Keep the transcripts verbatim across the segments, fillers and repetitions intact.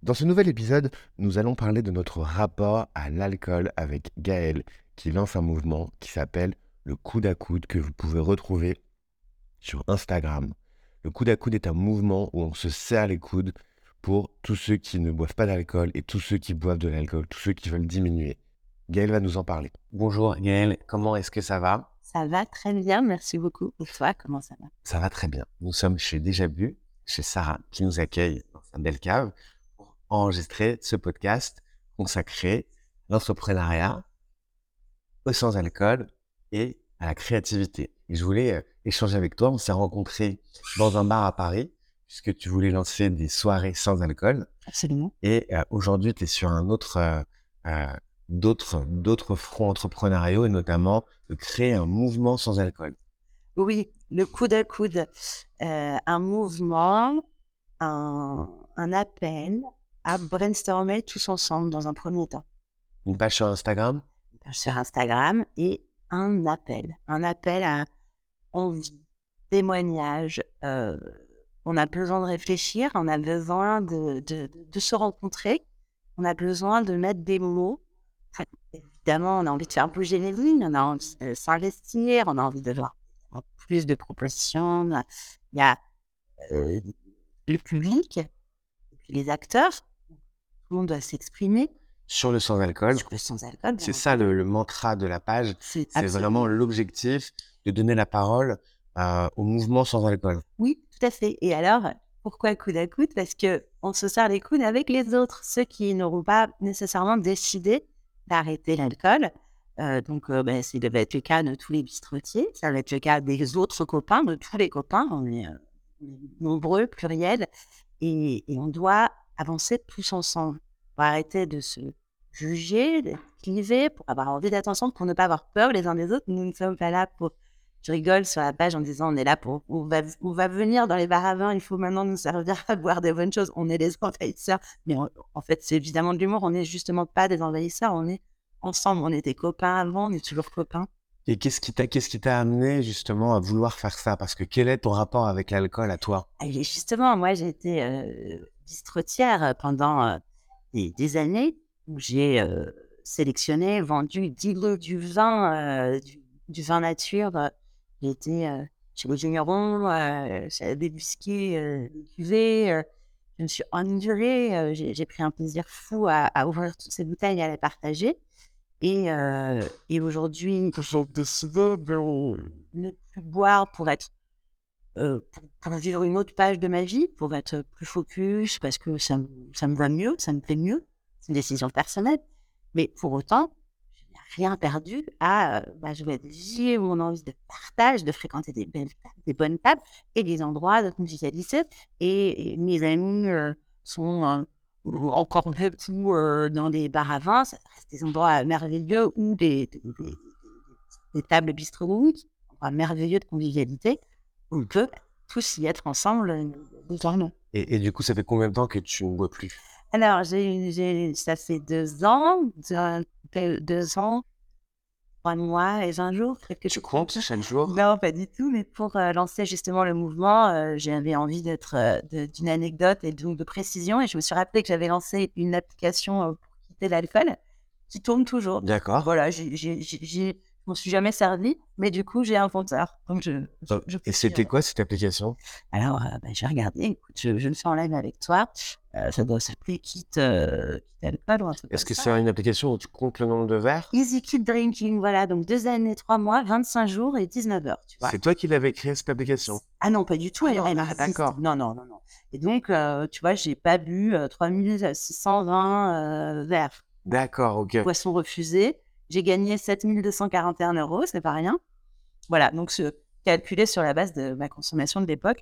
Dans ce nouvel épisode, nous allons parler de notre rapport à l'alcool avec Gaël, qui lance un mouvement qui s'appelle le coude à coude, que vous pouvez retrouver sur Instagram. Le coude à coude est un mouvement où on se serre les coudes pour tous ceux qui ne boivent pas d'alcool et tous ceux qui boivent de l'alcool, tous ceux qui veulent diminuer. Gaël va nous en parler. Bonjour Gaël, comment est-ce que ça va? Ça va très bien, merci beaucoup. Et toi, comment ça va? Ça va très bien. Nous sommes chez Déjà Bu, chez Sarah, qui nous accueille dans sa belle cave pour enregistrer ce podcast consacré à l'entrepreneuriat, au sans-alcool et à la créativité. Et je voulais euh, échanger avec toi. On s'est rencontrés dans un bar à Paris, puisque tu voulais lancer des soirées sans alcool. Absolument. Et euh, aujourd'hui, tu es sur un autre, euh, euh, d'autres, d'autres fronts entrepreneuriaux, et notamment de créer un mouvement sans alcool. Oui, le coude à coude, euh, un mouvement, un, un appel à brainstormer tous ensemble dans un premier temps. Une page sur Instagram? Une page sur Instagram et un appel. Un appel à envie, témoignage. Euh, on a besoin de réfléchir, on a besoin de, de, de se rencontrer, on a besoin de mettre des mots. Enfin, évidemment, on a envie de faire bouger les lignes, on a envie de s'investir, on a envie de voir plus de propositions. Il y a euh, le public, et puis les acteurs. Tout le monde doit s'exprimer. Sur le sans-alcool. Sur le sans-alcool. C'est ça le, le mantra de la page. C'est, c'est vraiment l'objectif de donner la parole euh, au mouvement sans alcool. Oui, tout à fait. Et alors, pourquoi coude à coude? Parce qu'on se serre les coudes avec les autres, ceux qui n'auront pas nécessairement décidé d'arrêter l'alcool. Euh, donc, euh, ben, ça devait être le cas de tous les bistrotiers, ça va être le cas des autres copains, de tous les copains. On est, euh, on est nombreux, pluriels, et, et on doit avancer tous ensemble. Pour arrêter de se juger, d'être clivés, pour avoir envie d'être ensemble, pour ne pas avoir peur les uns des autres. Nous ne sommes pas là pour... Je rigole sur la page en disant on est là pour... On va, on va venir dans les bars à vin, il faut maintenant nous servir à boire des bonnes choses. On est des envahisseurs. Mais on, en fait, c'est évidemment de l'humour. On n'est justement pas des envahisseurs. On est ensemble. On était copains avant, on est toujours copains. Et qu'est-ce qui t'a, qu'est-ce qui t'a amené justement à vouloir faire ça? Parce que quel est ton rapport avec l'alcool à toi? Et justement, moi, j'ai été euh, bistrotière pendant euh, des, des années où j'ai euh, sélectionné, vendu, dilué du vin, euh, du, du vin nature. Euh, j'ai été euh, chez les vignerons, euh, j'ai dégusté euh, des cuvées. Euh, je me suis endurée. Euh, j'ai, j'ai pris un plaisir fou à, à ouvrir toutes ces bouteilles et à les partager. Et, euh, et aujourd'hui, j'ai décidé de ne plus boire pour être Euh, pour, pour vivre une autre page de ma vie, pour être plus focus, parce que ça, me- ça me va mieux, ça me plaît mieux. C'est une décision personnelle. Mais pour autant, je n'ai rien perdu à euh, bah, jouer des jeux, mon envie de partage, de fréquenter des, belles, tables, des bonnes tables et des endroits de convivialité. Et, et mes amis euh, sont euh, encore beaucoup euh, dans des bars à vin, ça reste des endroits merveilleux ou des, des, des, des tables bistronomiques, endroits merveilleux de convivialité. On peut tous y être ensemble, euh, désormais. Et, et du coup, ça fait combien de temps que tu ne bois plus? Alors, j'ai, j'ai, ça fait deux ans, deux, deux- deux ans, trois mois et vingt jours. Quelque Tu chose comptes comme ça. chaque jour? Non, pas du tout, mais pour euh, lancer justement le mouvement, euh, j'avais envie d'être euh, de- d'une anecdote et donc de précision. Et je me suis rappelé que j'avais lancé une application euh, pour quitter l'alcool qui tourne toujours. D'accord. Voilà, j'ai, j'ai, j'ai, j'ai- je m'en suis jamais servi, mais du coup, j'ai un compteur. Donc, je, je, Euh, je Et c'était quoi cette application? Alors, euh, bah, j'ai regardé, écoute, je, je le fais en live avec toi. Euh, ça doit s'appeler Kit, euh, Kit Alcool ou un truc Est-ce comme que ça. c'est une application où tu comptes le nombre de verres? Easy Kit Drinking, voilà, donc deux années, trois mois, vingt-cinq jours et dix-neuf heures, tu vois. C'est toi qui l'avais créé cette application? Ah non, pas du tout, elle, non, elle ah, existe. d'accord. Non, non, non, non. Et donc, euh, tu vois, j'ai pas bu euh, trois mille six cent vingt euh, verres. D'accord, ok. Boissons refusées. J'ai gagné sept mille deux cent quarante et un euros, c'est pas rien. Voilà, donc ce, calculé sur la base de ma consommation de l'époque.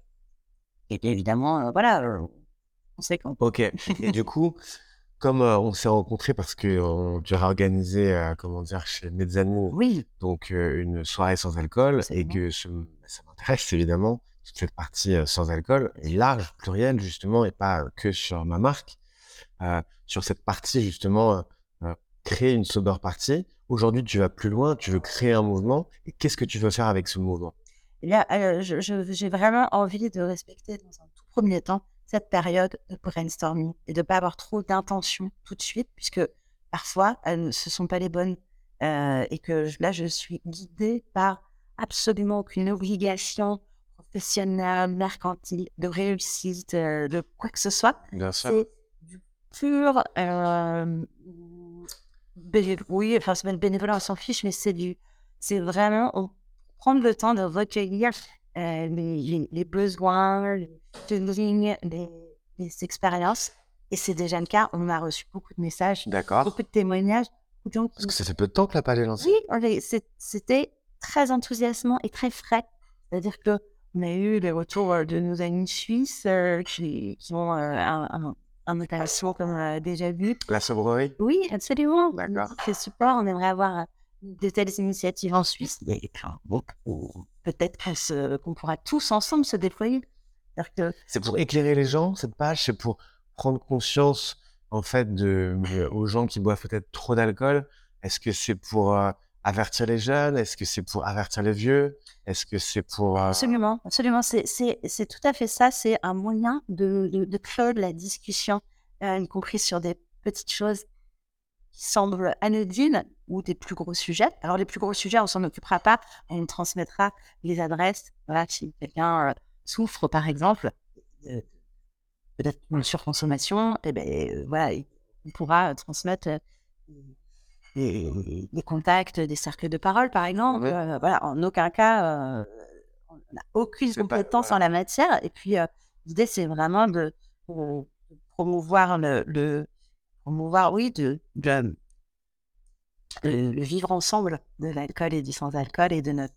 Et bien évidemment, euh, voilà, euh, on sait qu'on... Ok. Et du coup, comme euh, on s'est rencontrés parce que euh, tu as organisé, euh, comment dire, chez Mezzanine, Oui, donc euh, une soirée sans alcool, et absolument. que ce- ça m'intéresse évidemment, toute cette partie euh, sans alcool, et large, plurielle justement, et pas euh, que sur ma marque, euh, sur cette partie justement, euh, euh, créer une sober party. Aujourd'hui, tu vas plus loin, tu veux créer un mouvement, et qu'est-ce que tu veux faire avec ce mouvement? Et là, euh, je- je- j'ai vraiment envie de respecter dans un tout premier temps cette période de brainstorming et de ne pas avoir trop d'intentions tout de suite, puisque parfois, elles ne se sont pas les bonnes euh, et que je- là, je suis guidée par absolument aucune obligation professionnelle, mercantile, de réussite, euh, de quoi que ce soit. Bien sûr. C'est du pur... euh, Bé- oui, enfin, c'est même bénévolat, on s'en fiche, mais c'est du, c'est vraiment on- prendre le temps de recueillir euh, les, les, les besoins, les feelings, les, les expériences. Et c'est déjà le cas. On a reçu beaucoup de messages, D'accord. beaucoup de témoignages. Beaucoup de gens Parce qui... que ça fait peu de temps que la page est lancée. Oui, on est- c'est- c'était très enthousiasmant et très frais. C'est-à-dire que on a eu les retours euh, de nos amis suisses euh, qui, qui ont euh, un, un, un intéressement comme on a déjà vu. La sobrerie. Oui, absolument. D'accord. C'est super. On aimerait avoir euh, de telles initiatives en Suisse. Et enfin, bon, peut-être qu'on se- qu'on pourra tous ensemble se déployer. C'est-à-dire que C'est pour éclairer les gens, cette page, c'est pour prendre conscience, en fait, de, euh, aux gens qui boivent peut-être trop d'alcool. Est-ce que c'est pour euh, avertir les jeunes? Est-ce que c'est pour avertir les vieux? Est-ce que c'est pour... euh, absolument, absolument, c'est c'est- c'est tout à fait ça. C'est un moyen de, de, de clore la discussion, euh, y compris sur des petites choses qui semblent anodines ou des plus gros sujets. Alors, les plus gros sujets, on s'en occupera pas. On transmettra les adresses. Voilà, si quelqu'un euh, souffre, par exemple, euh, peut-être une surconsommation, et ben euh, voilà, il il pourra euh, transmettre euh, les, les contacts des cercles de parole, par exemple. Mhm. Euh, voilà, en aucun cas, euh, on n'a aucune C'est pas- compétence voilà. en la matière. Et puis, euh, l'idée, c'est vraiment de, de promouvoir le, le promouvoir, oui, de, de le, le vivre ensemble de l'alcool et du sans-alcool et de notre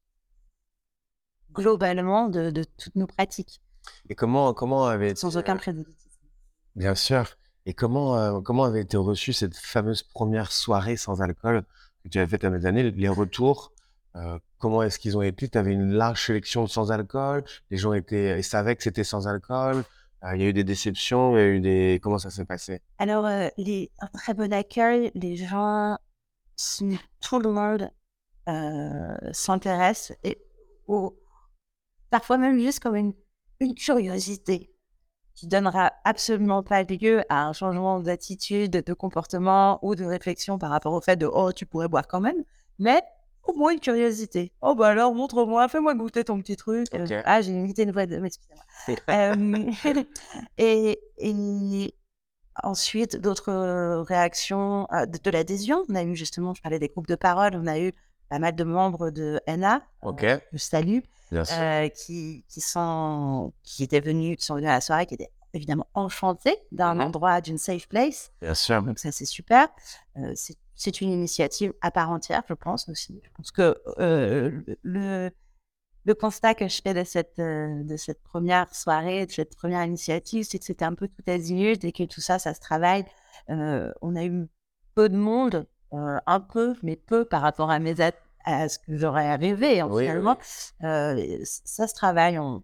globalement de, de toutes nos pratiques, Et comment, comment avait sans été, aucun euh, préjudice. bien sûr. Et comment, euh, comment avait été reçue cette fameuse première soirée sans alcool que tu avais faite à mes années? Les retours, euh, comment est-ce qu'ils ont été? Tu avais une large sélection de sans alcool. Les gens étaient, ils savaient que c'était sans alcool. Euh, il y a eu des déceptions, il y a eu des, comment ça s'est passé? Alors, euh, les, un très bon accueil, les gens, sont- tout le monde euh, s'intéresse et au- parfois même juste comme une, une curiosité qui donnera absolument pas lieu à un changement d'attitude, de comportement ou de réflexion par rapport au fait de «Oh, tu pourrais boire quand même», mais au moins une curiosité. «Oh, bah alors, montre-moi, fais-moi goûter ton petit truc». Euh, Ok. ah, j'ai imité une voix de... Excusez-moi. Euh, et, et ensuite, d'autres euh, réactions euh, de, de l'adhésion. On a eu justement, je parlais des groupes de parole, on a eu pas mal de membres de N A, Ok. je salue, Bien sûr. euh, qui, qui, sont, qui étaient venus, qui sont venus à la soirée, qui étaient évidemment enchantés d'un Mhm. endroit, d'une safe place. Bien sûr. Donc ça, c'est super. Euh, c'est, c'est une initiative à part entière, je pense aussi. Je pense que euh, le, le constat que je fais de cette, euh, de cette première soirée, de cette première initiative, c'est que c'était un peu tout azimut et que tout ça, ça se travaille. Euh, on a eu peu de monde, euh, un peu, mais peu par rapport à mes at- à ce que j'aurais rêvé, hein, Oui, finalement. oui. Euh, ça se travaille. On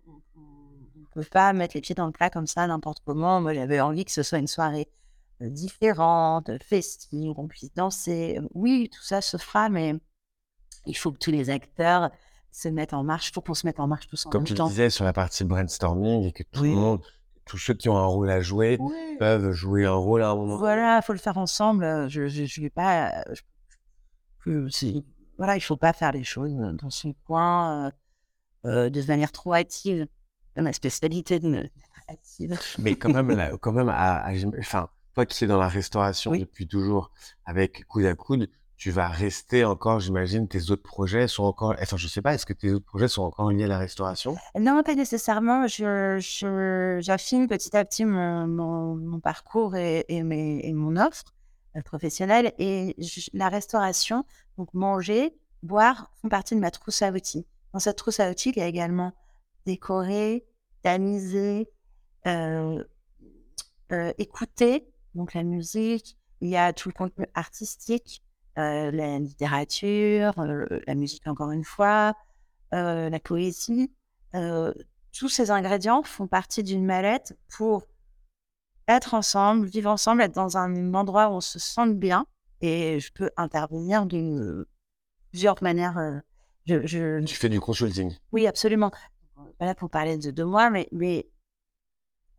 ne peut pas mettre les pieds dans le plat comme ça n'importe comment. Moi, j'avais envie que ce soit une soirée euh, différente, festive, on puisse danser. Oui, tout ça se fera, mais il faut que tous les acteurs se mettent en marche. Il faut qu'on se mette en marche tous en Comme même tu le temps. disais sur la partie brainstorming et que tout Oui. le monde, tous ceux qui ont un rôle à jouer Oui. peuvent jouer un rôle à un moment. Voilà, il faut le faire ensemble. Euh, Je ne vais pas... euh, je- je- c'est- voilà, il ne faut pas faire les choses dans son coin euh, euh, de manière trop active. C'est ma spécialité de me- active. Mais quand même, là, quand même, à, à- enfin, toi qui es dans la restauration Oui. depuis toujours avec coude à coude, tu vas rester encore, j'imagine, tes autres projets sont encore, enfin, je sais pas, est-ce que tes autres projets sont encore liés à la restauration? Non, pas nécessairement. Je, je, j'affine petit à petit mon, mon, mon parcours et, et, mes, et mon offre euh, professionnelle. Et je- la restauration, donc manger, boire, font partie de ma trousse à outils. Dans cette trousse à outils, il y a également décorer, tamiser, euh, euh, écouter, donc la musique. Il y a tout le contenu artistique, euh, la littérature, euh, la musique encore une fois, euh, la poésie. Euh, tous ces ingrédients font partie d'une mallette pour être ensemble, vivre ensemble, être dans un endroit où on se sente bien. Et je peux intervenir d'une plusieurs manières. euh, je, je... Tu fais du consulting. Oui, absolument. Pas là pour parler de, de moi, mais, mais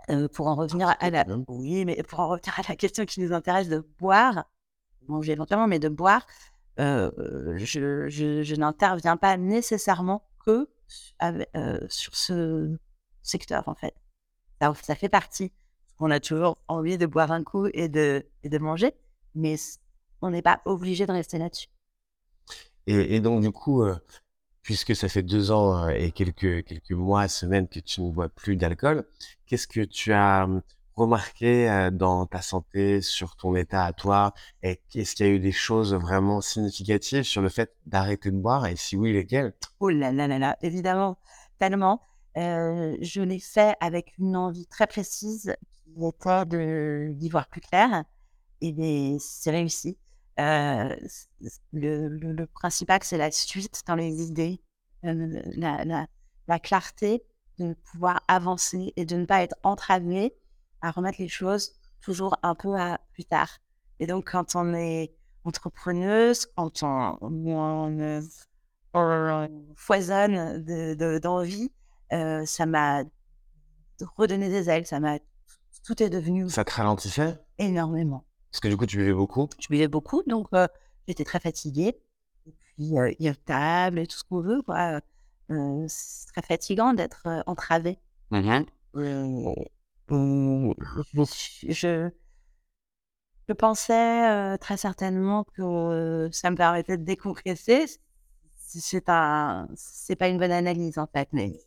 Euh, pour en revenir à la... Oui, mais pour en revenir à la question qui nous intéresse de boire, manger éventuellement, mais de boire, euh, je, je, je n'interviens pas nécessairement que avec, euh, sur ce secteur, en fait. Ça, ça fait partie. On a toujours envie de boire un coup et de, et de manger, mais on n'est pas obligé de rester là-dessus. Et, et donc, du coup, euh, puisque ça fait deux ans euh, et quelques, quelques mois, semaines que tu ne bois plus d'alcool, qu'est-ce que tu as hum, remarqué euh, dans ta santé, sur ton état à toi? Et est-ce qu'il y a eu des choses vraiment significatives sur le fait d'arrêter de boire? Et si oui, lesquelles? Oh là là là là, évidemment, tellement. Euh, je l'ai fait avec une envie très précise qui était de, d'y voir plus clair. Et bien, c'est réussi. Euh, le, le, le principal, c'est la suite dans les idées, euh, la, la, la clarté de pouvoir avancer et de ne pas être entravé à remettre les choses toujours un peu à plus tard. Et donc, quand on est entrepreneuse, quand on, on, on, on foisonne de, de, d'envie, euh, ça m'a redonné des ailes, ça m'a, tout est devenu Ça te ralentissait? énormément. Parce que du coup, tu buvais beaucoup? Je buvais beaucoup, donc euh, j'étais très fatiguée. Et puis, euh, irritable et tout ce qu'on veut, quoi. Euh, c'est très fatigant d'être euh, entravée. Mm-hmm. Euh, euh, je, je, je pensais euh, très certainement que euh, ça me permettait de décompresser. C'est un, c'est pas une bonne analyse, en fait. Mais...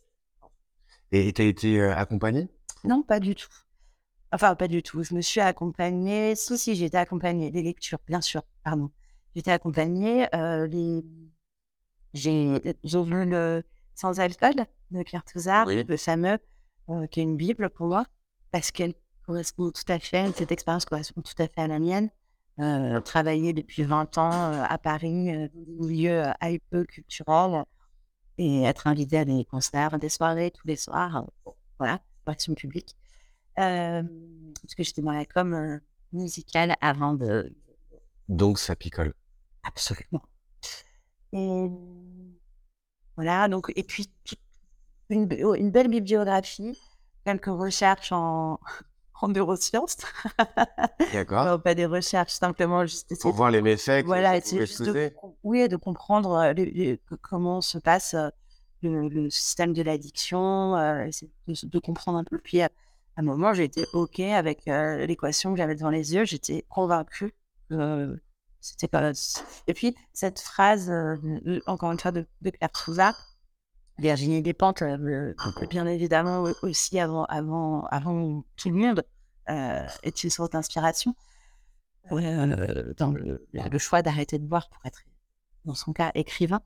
Et tu as été euh, accompagnée? Non, pas du tout. Enfin, pas du tout. Je me suis accompagnée. Si, si, j'ai été accompagnée. Les lectures, bien sûr. Pardon. J'étais accompagnée. Euh, les... J'ai j'ai lu le Sans alcool de Claire Touzard, Oui. le fameux, euh, qui est une Bible pour moi, parce qu'elle correspond tout à fait, cette expérience correspond tout à fait à la mienne. Euh, travailler depuis vingt ans euh, à Paris, euh, dans des milieux euh, hyper culturels, et être invitée à des concerts, des soirées tous les soirs. Euh, bon, voilà, action publique. Euh, parce que j'étais dans la com euh, musicale avant de... Donc, ça picole. Absolument. Et voilà, donc, et puis une, une belle bibliographie, quelques recherches en, en neurosciences. D'accord. Non, pas des recherches, simplement juste essayer Pour voir les méfaits. voilà, essayer juste de, oui, de comprendre euh, les, les, comment se passe euh, le, le système de l'addiction, euh, essayer de, de comprendre un peu. Puis à, à un moment, j'ai été OK avec euh, l'équation que j'avais devant les yeux, j'étais convaincue. Euh, c'était pas... Et puis, cette phrase, euh, encore une fois, de, de Claire Touzard, Virginie Despentes, euh, bien évidemment aussi avant, avant, avant tout le monde, euh, est une sorte d'inspiration euh, dans le, le choix d'arrêter de boire pour être, dans son cas, écrivain.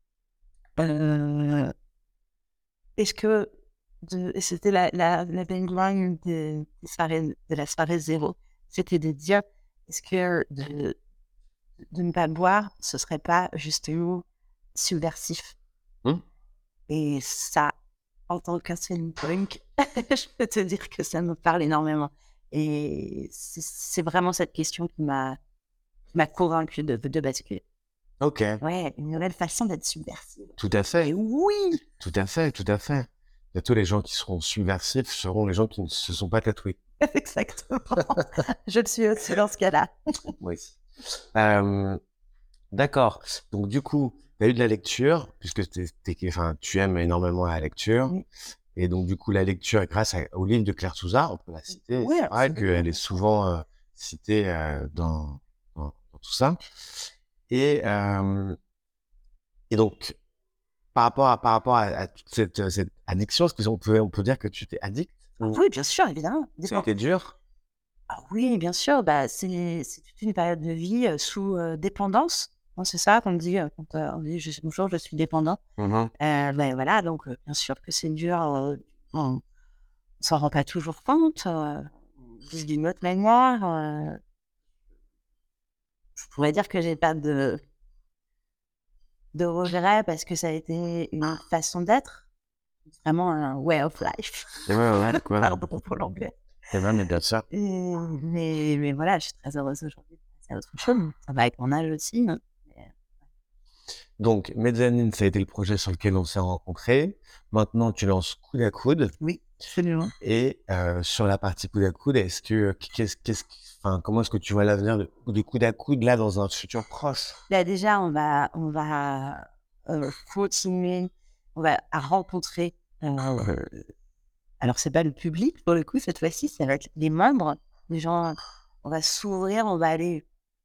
Euh, est-ce que de, c'était la, la, la baseline de, de, soirée, de la soirée zéro, c'était de dire est-ce que de, de ne pas boire, ce serait pas justement subversif? Hum. Et ça, en tant qu'ancienne punk, je peux te dire que ça me parle énormément. Et c'est, c'est vraiment cette question qui m'a, qui m'a convaincue de, de basculer. Ok. Ouais, une nouvelle façon d'être subversive. Tout à fait. Et oui. Tout à fait, tout à fait. Bientôt, les gens qui seront subversifs seront les gens qui ne se sont pas tatoués. Exactement. Je le suis aussi dans ce cas-là. Moi aussi. Euh, d'accord. Donc, du coup, tu as eu de la lecture, puisque t'es, t'es, enfin, tu aimes énormément la lecture. Oui. Et donc, du coup, la lecture, grâce à, au livre de Claire Touzard, on peut la citer. Oui, c'est vrai absolument. qu'elle est souvent euh, citée euh, dans, dans, dans tout ça. Et, euh, et donc, par rapport à, par rapport à, à toute cette, cette addiction, est-ce qu'on peut, on peut dire que tu t'es addict? Ah oui, bien sûr, évidemment. C'était dur? Ah oui, bien sûr. Bah, c'est, c'est toute une période de vie euh, sous euh, dépendance. Hein, c'est ça qu'on dit euh, quand euh, on dit je, bonjour, je suis dépendant. Mm-hmm. Euh, ben voilà, donc euh, bien sûr que c'est dur. Euh, on ne s'en rend pas toujours compte. Euh, d'une autre manière, euh, je pourrais dire que j'ai pas de, de regrets parce que ça a été une façon d'être. Vraiment un way of life. Ouais, ouais, quoi. Pardon pour l'anglais. C'est vrai, mais bien sûr. Et, mais, mais voilà, je suis très heureuse aujourd'hui. C'est autre chose. Ça va avec mon âge aussi. Hein. Mais... Donc, Mezzanine, ça a été le projet sur lequel on s'est rencontrés. Maintenant, tu lances Coude à Coude. Oui, absolument. Et euh, sur la partie Coude à Coude, est-ce que, qu'est-ce, qu'est-ce, enfin, comment est-ce que tu vois l'avenir de, de Coude à Coude là dans un futur proche? Là, déjà, on va, on va euh, continuer, on va à rencontrer. Euh, alors, c'est pas le public pour le coup cette fois-ci, ça va être les membres. Les gens, on va s'ouvrir, on va aller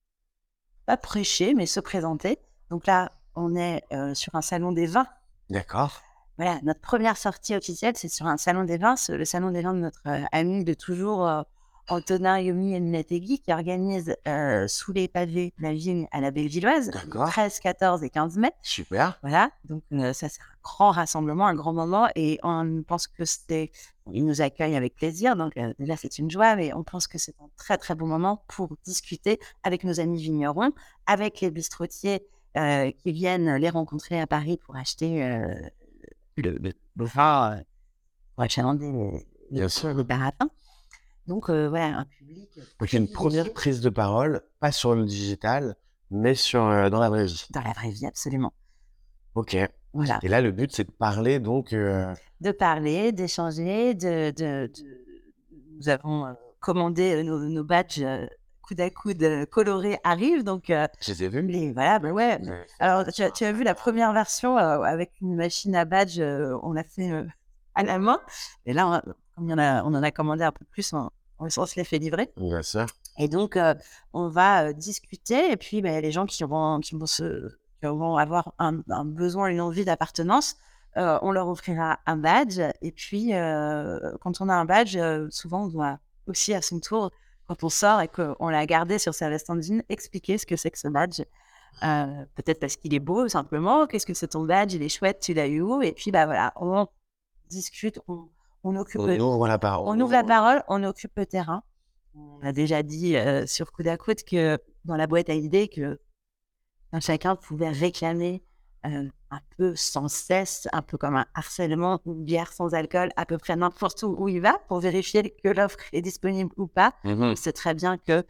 pas prêcher, mais se présenter. Donc là, on est euh, sur un salon des vins. D'accord. Voilà, notre première sortie officielle, c'est sur un salon des vins, le salon des vins de notre euh, ami de toujours, euh, Antonin Yomi Eminategui, qui organise euh, sous les pavés de la vigne à la Bellevilloise, D'accord. treize, quatorze et quinze mai. Super. Voilà, donc euh, ça, c'est un grand rassemblement, un grand moment, et on pense que c'était... Il nous accueille avec plaisir, donc euh, déjà, c'est une joie, mais on pense que c'est un très, très bon moment pour discuter avec nos amis vignerons, avec les bistrotiers euh, qui viennent les rencontrer à Paris pour acheter... Euh, le, le, le vin euh, pour achalander les, Bien sûr. les baratins. Donc, euh, voilà, un public. Donc, il y a une première prise de parole, pas sur le digital, mais sur, euh, dans la vraie vie. Dans la vraie vie, absolument. Ok. Voilà. Et là, le but, c'est de parler, donc. Euh... De parler, d'échanger, de, de, de... Nous avons euh, commandé euh, nos, nos badges. Euh, coude à coude euh, colorés arrivent, donc euh, je les ai vus. Les, voilà, ben ouais. ouais. Alors, tu as, tu as vu la première version euh, avec une machine à badge, euh, on l'a fait euh, à la main. Et là, on, comme il y en a, on en a commandé un peu plus, on, on, on se les fait livrer. Bien sûr. Et donc, euh, on va euh, discuter. Et puis, ben, les gens qui vont, qui vont, se, qui vont avoir un, un besoin, une envie d'appartenance, euh, on leur offrira un badge. Et puis, euh, quand on a un badge, euh, souvent, on doit aussi à son tour, quand on sort et qu'on l'a gardé sur sa veste en jean, expliquer ce que c'est que ce badge. Euh, peut-être parce qu'il est beau, simplement. Qu'est-ce que c'est ton badge? Il est chouette, tu l'as eu où? Et puis, bah voilà, on discute, on, on occupe... On ouvre la parole. On ouvre la parole, on occupe le terrain. On a déjà dit euh, sur Coude à Coude que dans la boîte à idées, que chacun pouvait réclamer euh, un peu sans cesse, un peu comme un harcèlement, une bière sans alcool, à peu près n'importe où, où il va, pour vérifier que l'offre est disponible ou pas. Mm-hmm. C'est très bien que,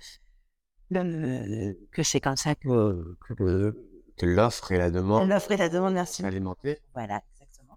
le, que c'est comme ça que, que, que, que l'offre et la demande. L'offre et la demande, merci. Alimentée. Voilà, exactement.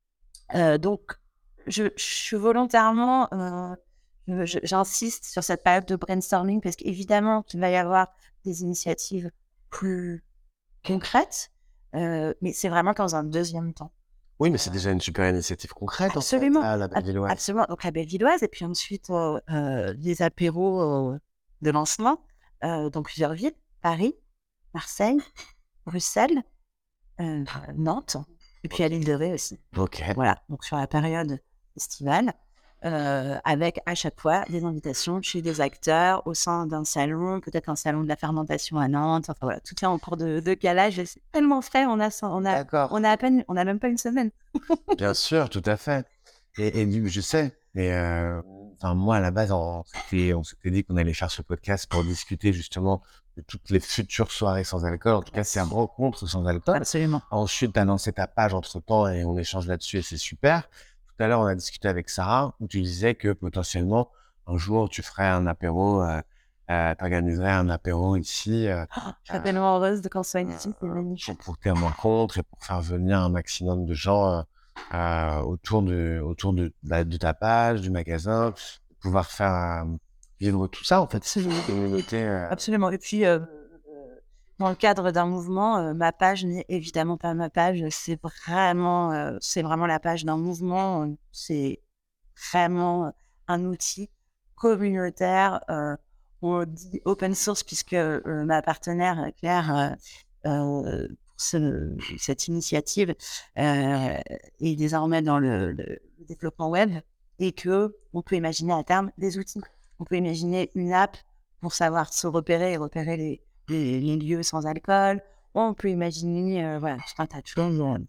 Euh, donc, je, je suis volontairement, euh, je, j'insiste sur cette période de brainstorming parce qu'évidemment qu'il va y avoir des initiatives plus concrètes, euh, mais c'est vraiment dans un deuxième temps. Oui, mais c'est déjà une super initiative concrète, absolument, en fait, à la Bellevilloise. Absolument, donc la Bellevilloise, et puis ensuite euh, euh, des apéros euh, de lancement euh, dans plusieurs villes, Paris, Marseille, Bruxelles, euh, Nantes, et puis à l'île de Ré aussi. Ok. Voilà, donc sur la période estivale, euh, avec à chaque fois des invitations chez des acteurs au sein d'un salon, peut-être un salon de la fermentation à Nantes. Enfin voilà, tout est en cours de, de calage. C'est tellement frais, on a, on a, on a à peine, on a même pas une semaine. Bien sûr, tout à fait. Et, et je sais. Et euh, enfin moi à la base, on s'était, on s'était dit qu'on allait faire ce podcast pour discuter justement de toutes les futures soirées sans alcool. En tout cas, c'est un rencontre sans alcool. Absolument. Ensuite, tu as lancé ta page entre-temps et on échange là-dessus et c'est super. Tout à l'heure, on a discuté avec Sarah où tu disais que potentiellement, un jour, tu ferais un apéro, euh, euh, tu organiserais un apéro ici. Euh, oh, je suis tellement heureuse de qu'on soit ici. Euh, pour, pour tes rencontres et pour faire venir un maximum de gens euh, euh, autour, de, autour de, de, de ta page, du magasin, pouvoir faire euh, vivre tout ça, en fait. Absolument. Communauté, euh... Absolument. Et puis, euh, dans le cadre d'un mouvement, euh, ma page n'est évidemment pas ma page, c'est vraiment, euh, c'est vraiment la page d'un mouvement, euh, c'est vraiment un outil communautaire, euh, on dit open source puisque euh, ma partenaire Claire, euh, euh, pour ce, cette initiative, euh, est désormais dans le, le, le développement web et que on peut imaginer à terme des outils. On peut imaginer une app pour savoir se repérer et repérer les Les, les lieux sans alcool. On peut imaginer euh, voilà, tout un tas de choses. Euh...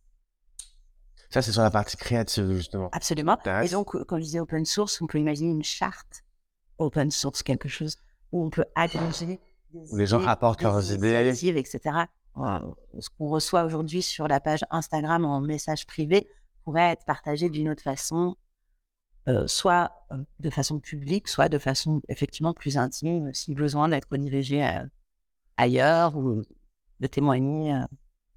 Ça, c'est sur la partie créative, justement. Absolument. Et donc, quand je disais open source, on peut imaginer une charte open source, quelque chose où on peut agréger des où les gens idées, apportent leurs idées, et cetera. Euh, ce qu'on reçoit aujourd'hui sur la page Instagram en message privé pourrait être partagé d'une autre façon, euh, soit euh, de façon publique, soit de façon effectivement plus intime, si besoin d'être redirigé à ailleurs ou de témoigner.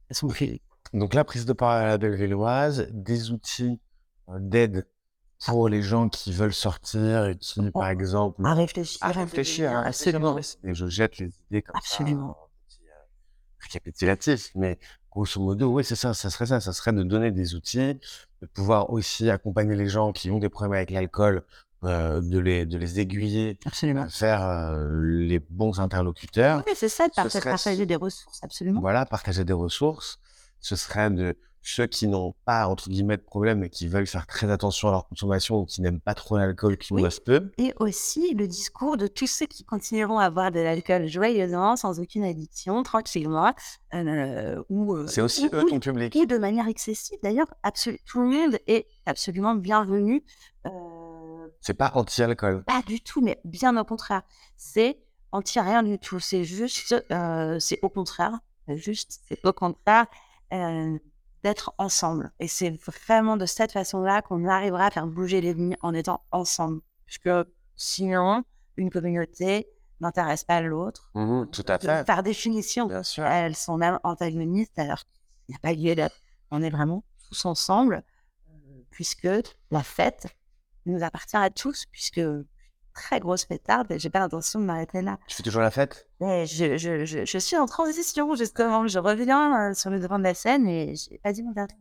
Elles sont prises. Donc la prise de parole à la Bellevilloise, des outils euh, d'aide pour les gens qui veulent sortir et qui, par exemple, À réfléchir. à réfléchir, hein, Absolument. et je jette les idées comme Absolument. ça, un petit euh, récapitulatif, mais grosso modo, oui, c'est ça, ça serait ça, ça serait de donner des outils, de pouvoir aussi accompagner les gens qui ont des problèmes avec l'alcool, euh, de les de les aiguiller Absolument. à faire euh, les bons interlocuteurs. Oui, c'est ça, de Ce parta- serait- partager des ressources, absolument. Voilà, partager des ressources. Ce serait de ceux qui n'ont pas, entre guillemets, de problème, mais qui veulent faire très attention à leur consommation ou qui n'aiment pas trop l'alcool, qui Oui. boivent peu. Et aussi le discours de tous ceux qui continueront à boire de l'alcool joyeusement, sans aucune addiction, tranquillement, euh, ou, euh, C'est aussi ou- eux ou- ton public. ou de manière excessive. D'ailleurs, absolu- tout le monde est absolument bienvenu. euh, C'est pas anti-alcool. Pas du tout, mais bien au contraire. C'est anti rien du tout. C'est juste, euh, c'est au contraire, c'est juste, c'est au contraire euh, d'être ensemble. Et c'est vraiment de cette façon-là qu'on arrivera à faire bouger les lignes en étant ensemble. Puisque sinon, une communauté n'intéresse pas l'autre. Mhm, tout à fait. Par définition, Bien sûr. elles sont même antagonistes, alors qu'il n'y a pas lieu d'être. On est vraiment tous ensemble, euh, puisque la fête nous appartient à tous, puisque très grosse fêtarde et j'ai pas l'intention de m'arrêter là. Tu fais toujours la fête? Mais je, je, je, je suis en transition, justement. Je reviens euh, sur le devant de la scène et j'ai pas dit mon dernier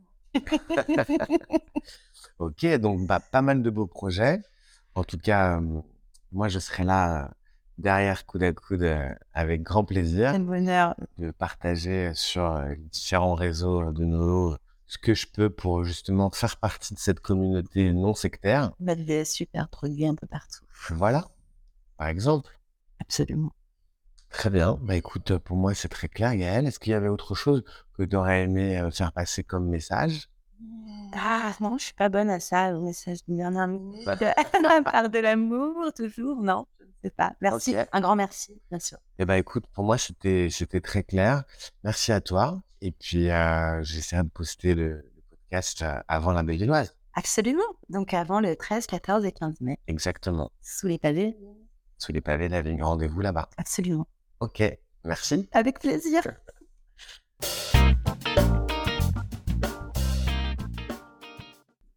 mot. Ok, donc bah, pas mal de beaux projets. En tout cas, euh, moi, je serai là euh, derrière coude à coude euh, avec grand plaisir Quel bonheur. de partager sur euh, les différents réseaux de nos ce que je peux pour justement faire partie de cette communauté non sectaire. Mettre des super produits un peu partout. Voilà, par exemple. Absolument. Très bien. Bah écoute, pour moi, c'est très clair, Gaëlle. Est-ce qu'il y avait autre chose que tu aurais aimé euh, faire passer comme message? Ah non, je suis pas bonne à ça, le message de dernière minute. Bah. On parle de l'amour, toujours. Non, je ne sais pas. Merci, Ok. un grand merci, bien sûr. Eh ben écoute, pour moi, c'était c'était très clair. Merci à toi. Et puis, euh, j'essaierai de poster le, le podcast euh, avant la Bellevilloise. Absolument. Donc avant le treize, quatorze et quinze mai, Exactement. sous les pavés. Sous les pavés de la vigne. Rendez-vous là-bas. Absolument. Ok. Merci. Avec plaisir.